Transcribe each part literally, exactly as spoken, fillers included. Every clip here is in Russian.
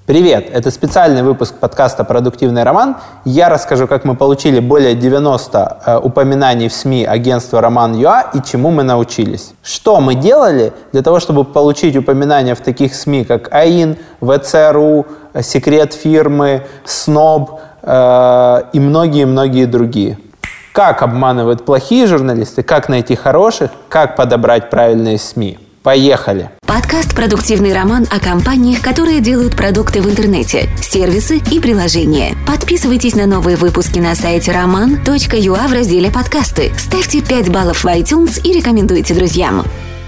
Привет! Это специальный выпуск подкаста «Продуктивный роман». Я расскажу, как мы получили более девяноста э, упоминаний в СМИ агентства Роман.ua и чему мы научились. Что мы делали для того, чтобы получить упоминания в таких СМИ, как АИН, ВЦРУ, Секрет фирмы, СНОБ э, и многие-многие другие. Как обманывают плохие журналисты, как найти хороших, как подобрать правильные СМИ. Поехали! Подкаст «Продуктивный роман» о компаниях, которые делают продукты в интернете, сервисы и приложения. Подписывайтесь на новые выпуски на сайте роман точка ю а в разделе «Подкасты». Ставьте пять баллов в iTunes и рекомендуйте друзьям.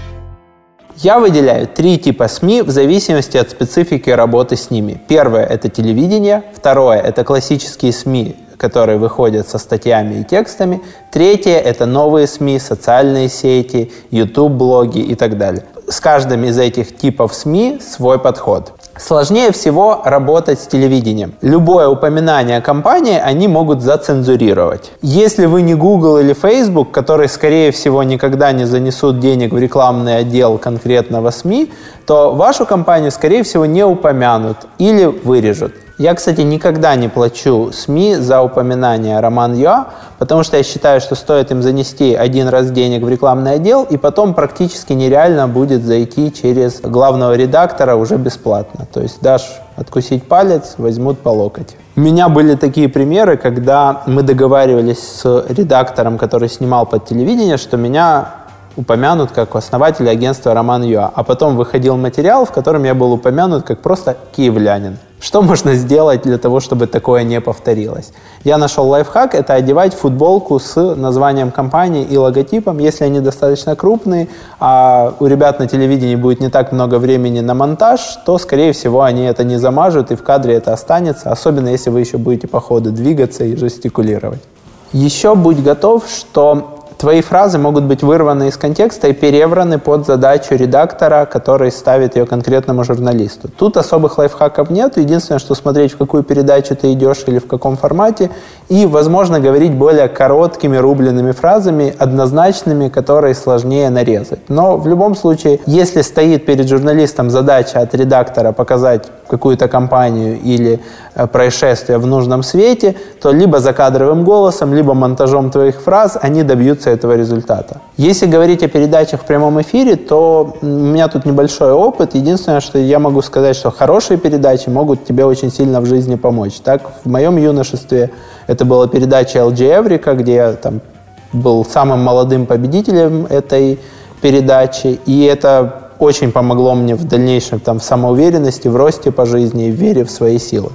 Я выделяю три типа СМИ в зависимости от специфики работы с ними. Первое – это телевидение. Второе – это классические СМИ, которые выходят со статьями и текстами. Третье – это новые СМИ, социальные сети, YouTube-блоги и так далее. С каждым из этих типов СМИ свой подход. Сложнее всего работать с телевидением. Любое упоминание о компании они могут зацензурировать. Если вы не Google или Facebook, которые, скорее всего, никогда не занесут денег в рекламный отдел конкретного СМИ, то вашу компанию, скорее всего, не упомянут или вырежут. Я, кстати, никогда не плачу СМИ за упоминание Роман.ua, потому что я считаю, что стоит им занести один раз денег в рекламный отдел, и потом практически нереально будет зайти через главного редактора уже бесплатно. То есть дашь откусить палец, возьмут по локоть. У меня были такие примеры, когда мы договаривались с редактором, который снимал под телевидение, что меня упомянут как основателя агентства Роман.ua, а потом выходил материал, в котором я был упомянут как просто киевлянин. Что можно сделать для того, чтобы такое не повторилось? Я нашел лайфхак – это одевать футболку с названием компании и логотипом, если они достаточно крупные, а у ребят на телевидении будет не так много времени на монтаж, то, скорее всего, они это не замажут, и в кадре это останется, особенно если вы еще будете по ходу двигаться и жестикулировать. Еще будь готов, что твои фразы могут быть вырваны из контекста и перевраны под задачу редактора, который ставит ее конкретному журналисту. Тут особых лайфхаков нет. Единственное, что смотреть, в какую передачу ты идешь или в каком формате. И, возможно, говорить более короткими рубленными фразами, однозначными, которые сложнее нарезать. Но в любом случае, если стоит перед журналистом задача от редактора показать какую-то компанию или происшествие в нужном свете, то либо закадровым голосом, либо монтажом твоих фраз они добьются этого результата. Если говорить о передачах в прямом эфире, то у меня тут небольшой опыт. Единственное, что я могу сказать, что хорошие передачи могут тебе очень сильно в жизни помочь. Так, в моем юношестве это была передача эл джи Эврика, где я там был самым молодым победителем этой передачи, и это очень помогло мне в дальнейшем там, в самоуверенности, в росте по жизни и в вере в свои силы.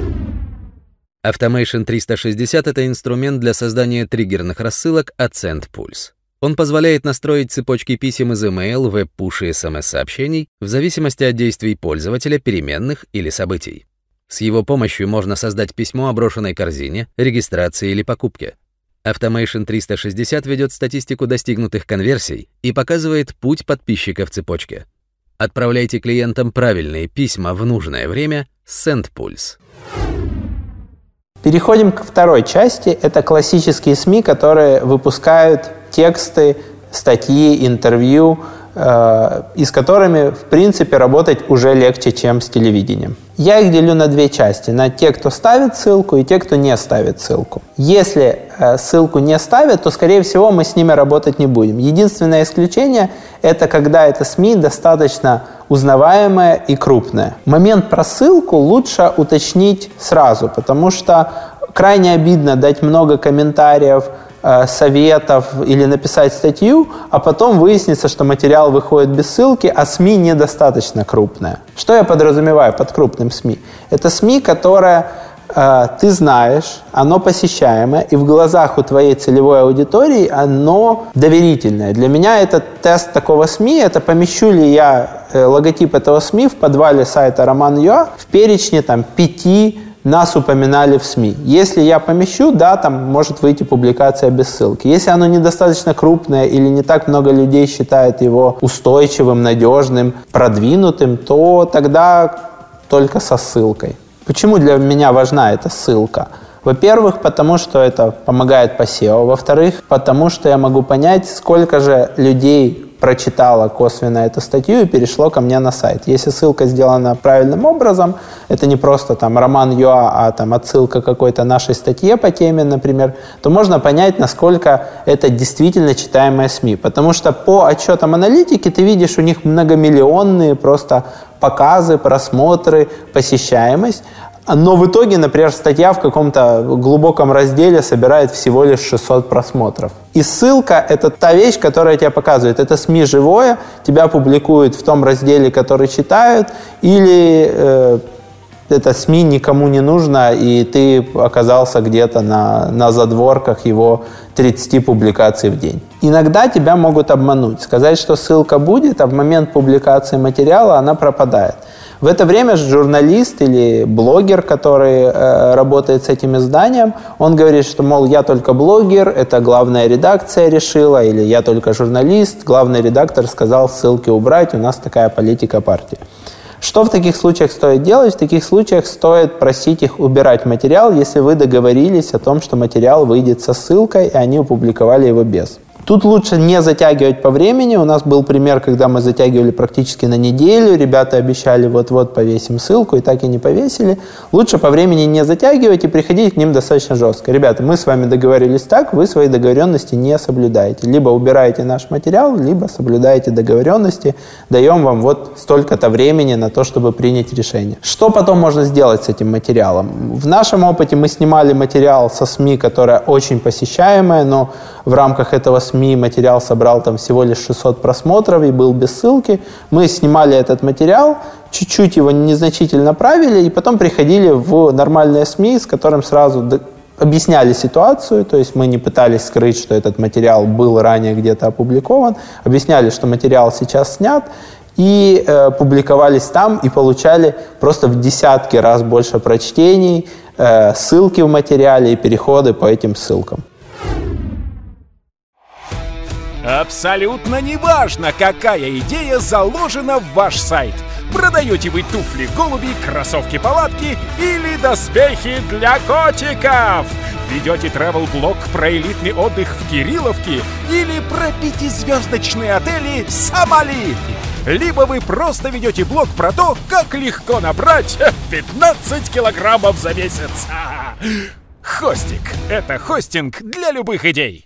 Automation триста шестьдесят – это инструмент для создания триггерных рассылок от SendPulse. Он позволяет настроить цепочки писем из email, веб-пуш и эс эм эс-сообщений в зависимости от действий пользователя, переменных или событий. С его помощью можно создать письмо о брошенной корзине, регистрации или покупке. Automation триста шестьдесят ведет статистику достигнутых конверсий и показывает путь подписчика в цепочке. Отправляйте клиентам правильные письма в нужное время с SendPulse. Переходим ко второй части. Это классические СМИ, которые выпускают тексты, статьи, интервью, э, и с которыми, в принципе, работать уже легче, чем с телевидением. Я их делю на две части. На те, кто ставит ссылку, и те, кто не ставит ссылку. Если э, ссылку не ставят, то, скорее всего, мы с ними работать не будем. Единственное исключение – это когда это СМИ достаточно узнаваемое и крупное. Момент про ссылку лучше уточнить сразу, потому что крайне обидно дать много комментариев, э, советов или написать статью, а потом выяснится, что материал выходит без ссылки, а СМИ недостаточно крупное. Что я подразумеваю под крупным СМИ? Это СМИ, которое э, ты знаешь, оно посещаемое, и в глазах у твоей целевой аудитории оно доверительное. Для меня это тест такого СМИ, это помещу ли я э, логотип этого СМИ в подвале сайта Роман.ua в перечне там, пяти нас упоминали в СМИ. Если я помещу, да, там может выйти публикация без ссылки. Если оно недостаточно крупное или не так много людей считает его устойчивым, надежным, продвинутым, то тогда только со ссылкой. Почему для меня важна эта ссылка? Во-первых, потому что это помогает по сео. Во-вторых, потому что я могу понять, сколько же людей прочитало косвенно эту статью и перешло ко мне на сайт. Если ссылка сделана правильным образом, это не просто там роман.ua, а там отсылка к какой-то нашей статье по теме, например, то можно понять, насколько это действительно читаемая СМИ. Потому что по отчетам аналитики ты видишь у них многомиллионные просто показы, просмотры, посещаемость. Но в итоге, например, статья в каком-то глубоком разделе собирает всего лишь шестьсот просмотров. И ссылка – это та вещь, которая тебя показывает. Это СМИ живое, тебя публикуют в том разделе, который читают, или э, это СМИ никому не нужно, и ты оказался где-то на, на задворках его тридцати публикаций в день. Иногда тебя могут обмануть, сказать, что ссылка будет, а в момент публикации материала она пропадает. В это время журналист или блогер, который э, работает с этим изданием, он говорит, что, мол, я только блогер, это главная редакция решила, или я только журналист, главный редактор сказал ссылки убрать, у нас такая политика партии. Что в таких случаях стоит делать? В таких случаях стоит просить их убирать материал, если вы договорились о том, что материал выйдет со ссылкой, и они опубликовали его без. Тут лучше не затягивать по времени. У нас был пример, когда мы затягивали практически на неделю. Ребята обещали, вот-вот повесим ссылку, и так и не повесили. Лучше по времени не затягивать и приходить к ним достаточно жестко. Ребята, мы с вами договорились так, вы свои договоренности не соблюдаете. Либо убираете наш материал, либо соблюдаете договоренности. Даем вам вот столько-то времени на то, чтобы принять решение. Что потом можно сделать с этим материалом? В нашем опыте мы снимали материал со СМИ, которая очень посещаемая, но в рамках этого СМИ материал собрал там всего лишь шестьсот просмотров и был без ссылки. Мы снимали этот материал, чуть-чуть его незначительно правили, и потом приходили в нормальные СМИ, с которым сразу объясняли ситуацию, то есть мы не пытались скрыть, что этот материал был ранее где-то опубликован, объясняли, что материал сейчас снят, и э, публиковались там, и получали просто в десятки раз больше прочтений, э, ссылки в материале и переходы по этим ссылкам. Абсолютно неважно, какая идея заложена в ваш сайт. Продаете вы туфли-голуби, кроссовки-палатки или доспехи для котиков? Ведете travel-блог про элитный отдых в Кирилловке или про пятизвездочные отели Сомали? Либо вы просто ведете блог про то, как легко набрать пятнадцать килограммов за месяц. Хостик – это хостинг для любых идей.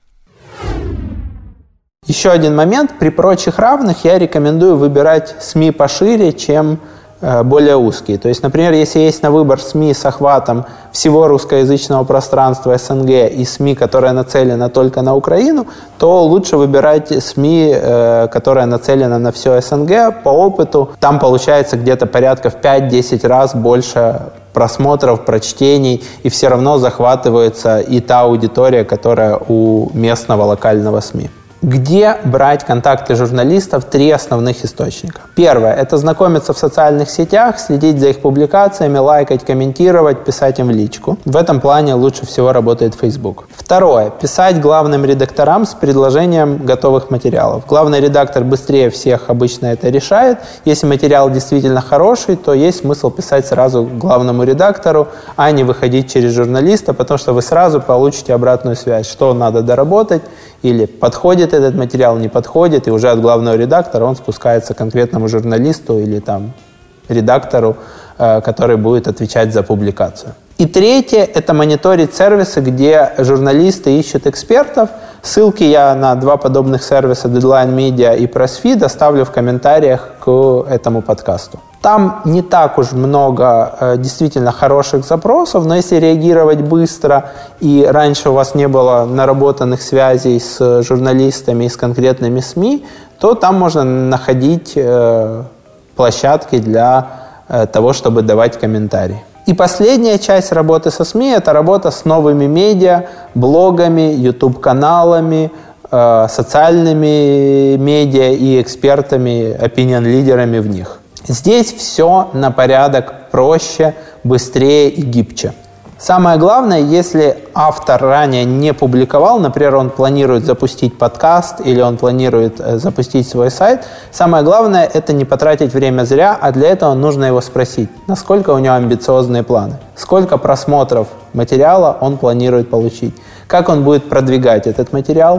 Еще один момент. При прочих равных я рекомендую выбирать СМИ пошире, чем э, более узкие. То есть, например, если есть на выбор СМИ с охватом всего русскоязычного пространства СНГ и СМИ, которая нацелена только на Украину, то лучше выбирать СМИ, э, которая нацелена на все СНГ. По опыту там получается где-то порядка в пять-десять раз больше просмотров, прочтений, и все равно захватывается и та аудитория, которая у местного локального СМИ. Где брать контакты журналистов? Три основных источника. Первое – это знакомиться в социальных сетях, следить за их публикациями, лайкать, комментировать, писать им в личку. В этом плане лучше всего работает Facebook. Второе – писать главным редакторам с предложением готовых материалов. Главный редактор быстрее всех обычно это решает. Если материал действительно хороший, то есть смысл писать сразу главному редактору, а не выходить через журналиста, потому что вы сразу получите обратную связь, что надо доработать, или подходит этот материал, не подходит, и уже от главного редактора он спускается к конкретному журналисту или там редактору, э, который будет отвечать за публикацию. И третье – это мониторить сервисы, где журналисты ищут экспертов. Ссылки я на два подобных сервиса, Deadline Media и PressFeed, оставлю в комментариях к этому подкасту. Там не так уж много э, действительно хороших запросов, но если реагировать быстро и раньше у вас не было наработанных связей с журналистами и с конкретными СМИ, то там можно находить э, площадки для э, того, чтобы давать комментарии. И последняя часть работы со СМИ – это работа с новыми медиа, блогами, ютуб-каналами, э, социальными медиа и экспертами, опинион-лидерами в них. Здесь все на порядок проще, быстрее и гибче. Самое главное, если автор ранее не публиковал, например, он планирует запустить подкаст или он планирует запустить свой сайт, самое главное – это не потратить время зря, а для этого нужно его спросить, насколько у него амбициозные планы, сколько просмотров материала он планирует получить, как он будет продвигать этот материал,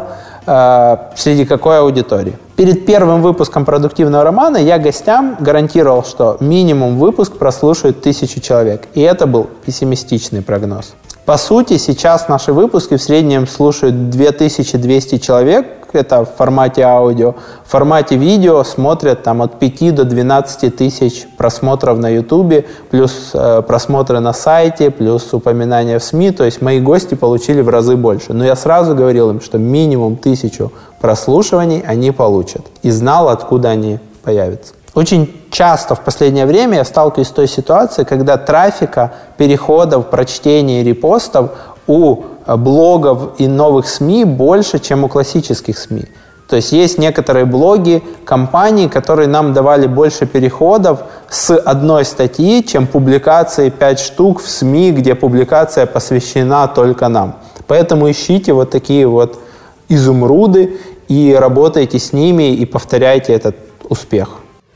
э, среди какой аудитории. Перед первым выпуском продуктивного романа я гостям гарантировал, что минимум выпуск прослушает тысячу человек. И это был пессимистичный прогноз. По сути, сейчас наши выпуски в среднем слушают две тысячи двести человек, это в формате аудио. В формате видео смотрят там, от пяти до двенадцати тысяч просмотров на Ютубе, плюс э, просмотры на сайте, плюс упоминания в СМИ. То есть мои гости получили в разы больше. Но я сразу говорил им, что минимум тысячу прослушиваний они получат. И знал, откуда они появятся. Очень часто в последнее время я сталкиваюсь с той ситуацией, когда трафика, переходов, прочтений, репостов у блогов и новых СМИ больше, чем у классических СМИ. То есть есть некоторые блоги, компании, которые нам давали больше переходов с одной статьи, чем публикации пять штук в СМИ, где публикация посвящена только нам. Поэтому ищите вот такие вот изумруды и работайте с ними и повторяйте этот успех.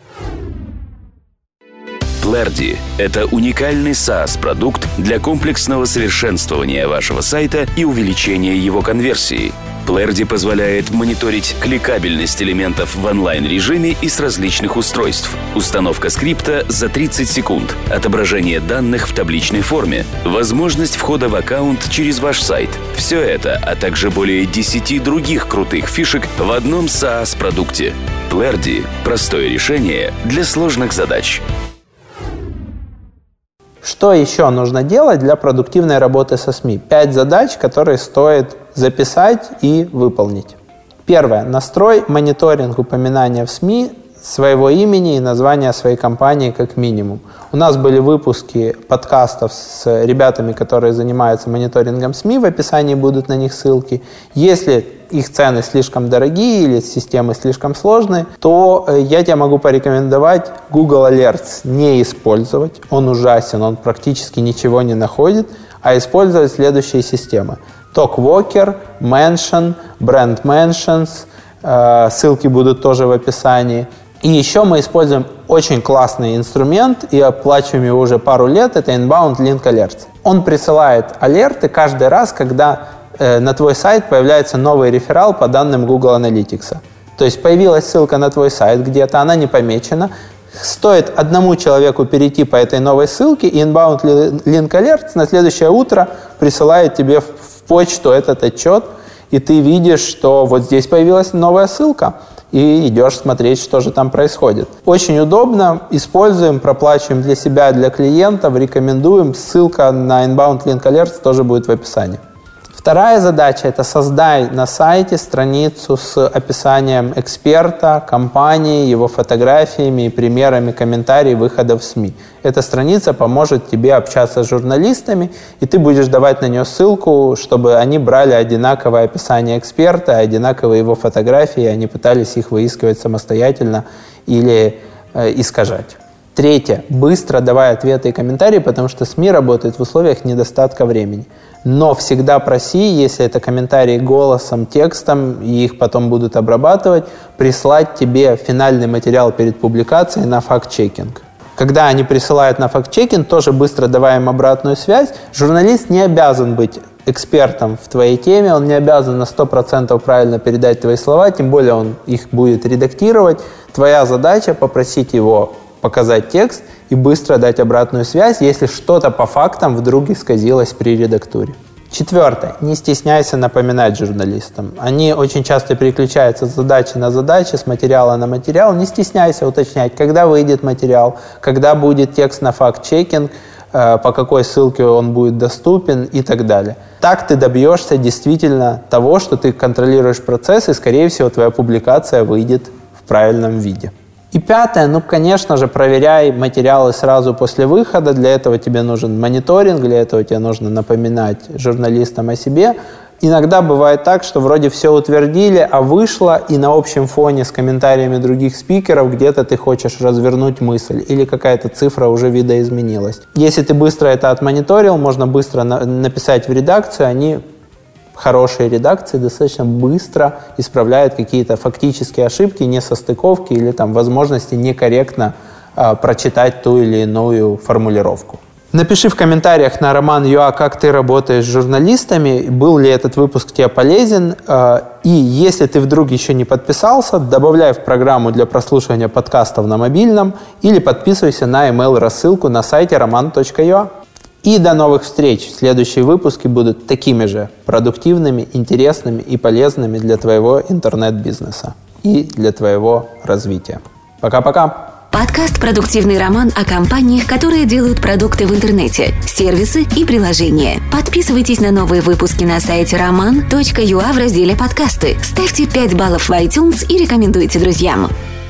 Plerdy – это уникальный SaaS-продукт для комплексного совершенствования вашего сайта и увеличения его конверсии. Plerdy позволяет мониторить кликабельность элементов в онлайн-режиме и с различных устройств, установка скрипта за тридцать секунд, отображение данных в табличной форме, возможность входа в аккаунт через ваш сайт. Все это, а также более десяти других крутых фишек в одном SaaS-продукте. Plerdy – простое решение для сложных задач. Что еще нужно делать для продуктивной работы со СМИ? Пять задач, которые стоит записать и выполнить. Первое. Настрой мониторинг упоминания в СМИ своего имени и названия своей компании как минимум. У нас были выпуски подкастов с ребятами, которые занимаются мониторингом СМИ, в описании будут на них ссылки. Если их цены слишком дорогие или системы слишком сложные, то я тебе могу порекомендовать Google Alerts не использовать. Он ужасен, он практически ничего не находит, а использовать следующие системы. TalkWalker, Mention, Brand Mentions, э, ссылки будут тоже в описании. И еще мы используем очень классный инструмент, и оплачиваем его уже пару лет, это Inbound Link Alerts. Он присылает алерты каждый раз, когда э, на твой сайт появляется новый реферал по данным Google Analytics. То есть появилась ссылка на твой сайт где-то, она не помечена. Стоит одному человеку перейти по этой новой ссылке, и Inbound Link Alerts на следующее утро присылает тебе в почту этот отчет, и ты видишь, что вот здесь появилась новая ссылка, и идешь смотреть, что же там происходит. Очень удобно, используем, проплачиваем для себя, для клиентов, рекомендуем. Ссылка на Inbound Link Alerts тоже будет в описании. Вторая задача – это создай на сайте страницу с описанием эксперта, компании, его фотографиями и примерами комментариев выхода в СМИ. Эта страница поможет тебе общаться с журналистами, и ты будешь давать на нее ссылку, чтобы они брали одинаковое описание эксперта, одинаковые его фотографии, они пытались их выискивать самостоятельно или э, искажать. Третье. Быстро давай ответы и комментарии, потому что СМИ работают в условиях недостатка времени. Но всегда проси, если это комментарии голосом, текстом, и их потом будут обрабатывать, прислать тебе финальный материал перед публикацией на факт-чекинг. Когда они присылают на факт-чекинг, тоже быстро давай им обратную связь. Журналист не обязан быть экспертом в твоей теме, он не обязан на сто процентов правильно передать твои слова, тем более он их будет редактировать. Твоя задача попросить его показать текст и быстро дать обратную связь, если что-то по фактам вдруг исказилось при редактуре. Четвертое. Не стесняйся напоминать журналистам. Они очень часто переключаются с задачи на задачи, с материала на материал. Не стесняйся уточнять, когда выйдет материал, когда будет текст на факт-чекинг, по какой ссылке он будет доступен и так далее. Так ты добьешься действительно того, что ты контролируешь процесс, и, скорее всего, твоя публикация выйдет в правильном виде. И пятое, ну, конечно же, проверяй материалы сразу после выхода. Для этого тебе нужен мониторинг, для этого тебе нужно напоминать журналистам о себе. Иногда бывает так, что вроде все утвердили, а вышло, и на общем фоне с комментариями других спикеров где-то ты хочешь развернуть мысль, или какая-то цифра уже видоизменилась. Если ты быстро это отмониторил, можно быстро на- написать в редакцию, они... Хорошие редакции достаточно быстро исправляют какие-то фактические ошибки, несостыковки или там возможности некорректно э, прочитать ту или иную формулировку. Напиши в комментариях на Роман точка ю а, как ты работаешь с журналистами, был ли этот выпуск тебе полезен. И если ты вдруг еще не подписался, добавляй в программу для прослушивания подкастов на мобильном или подписывайся на email-рассылку на сайте роман точка ю а. И до новых встреч! Следующие выпуски будут такими же продуктивными, интересными и полезными для твоего интернет-бизнеса и для твоего развития. Пока-пока! Подкаст «Продуктивный роман» о компаниях, которые делают продукты в интернете, сервисы и приложения. Подписывайтесь на новые выпуски на сайте роман точка ю а в разделе «Подкасты». Ставьте пять баллов в iTunes и рекомендуйте друзьям.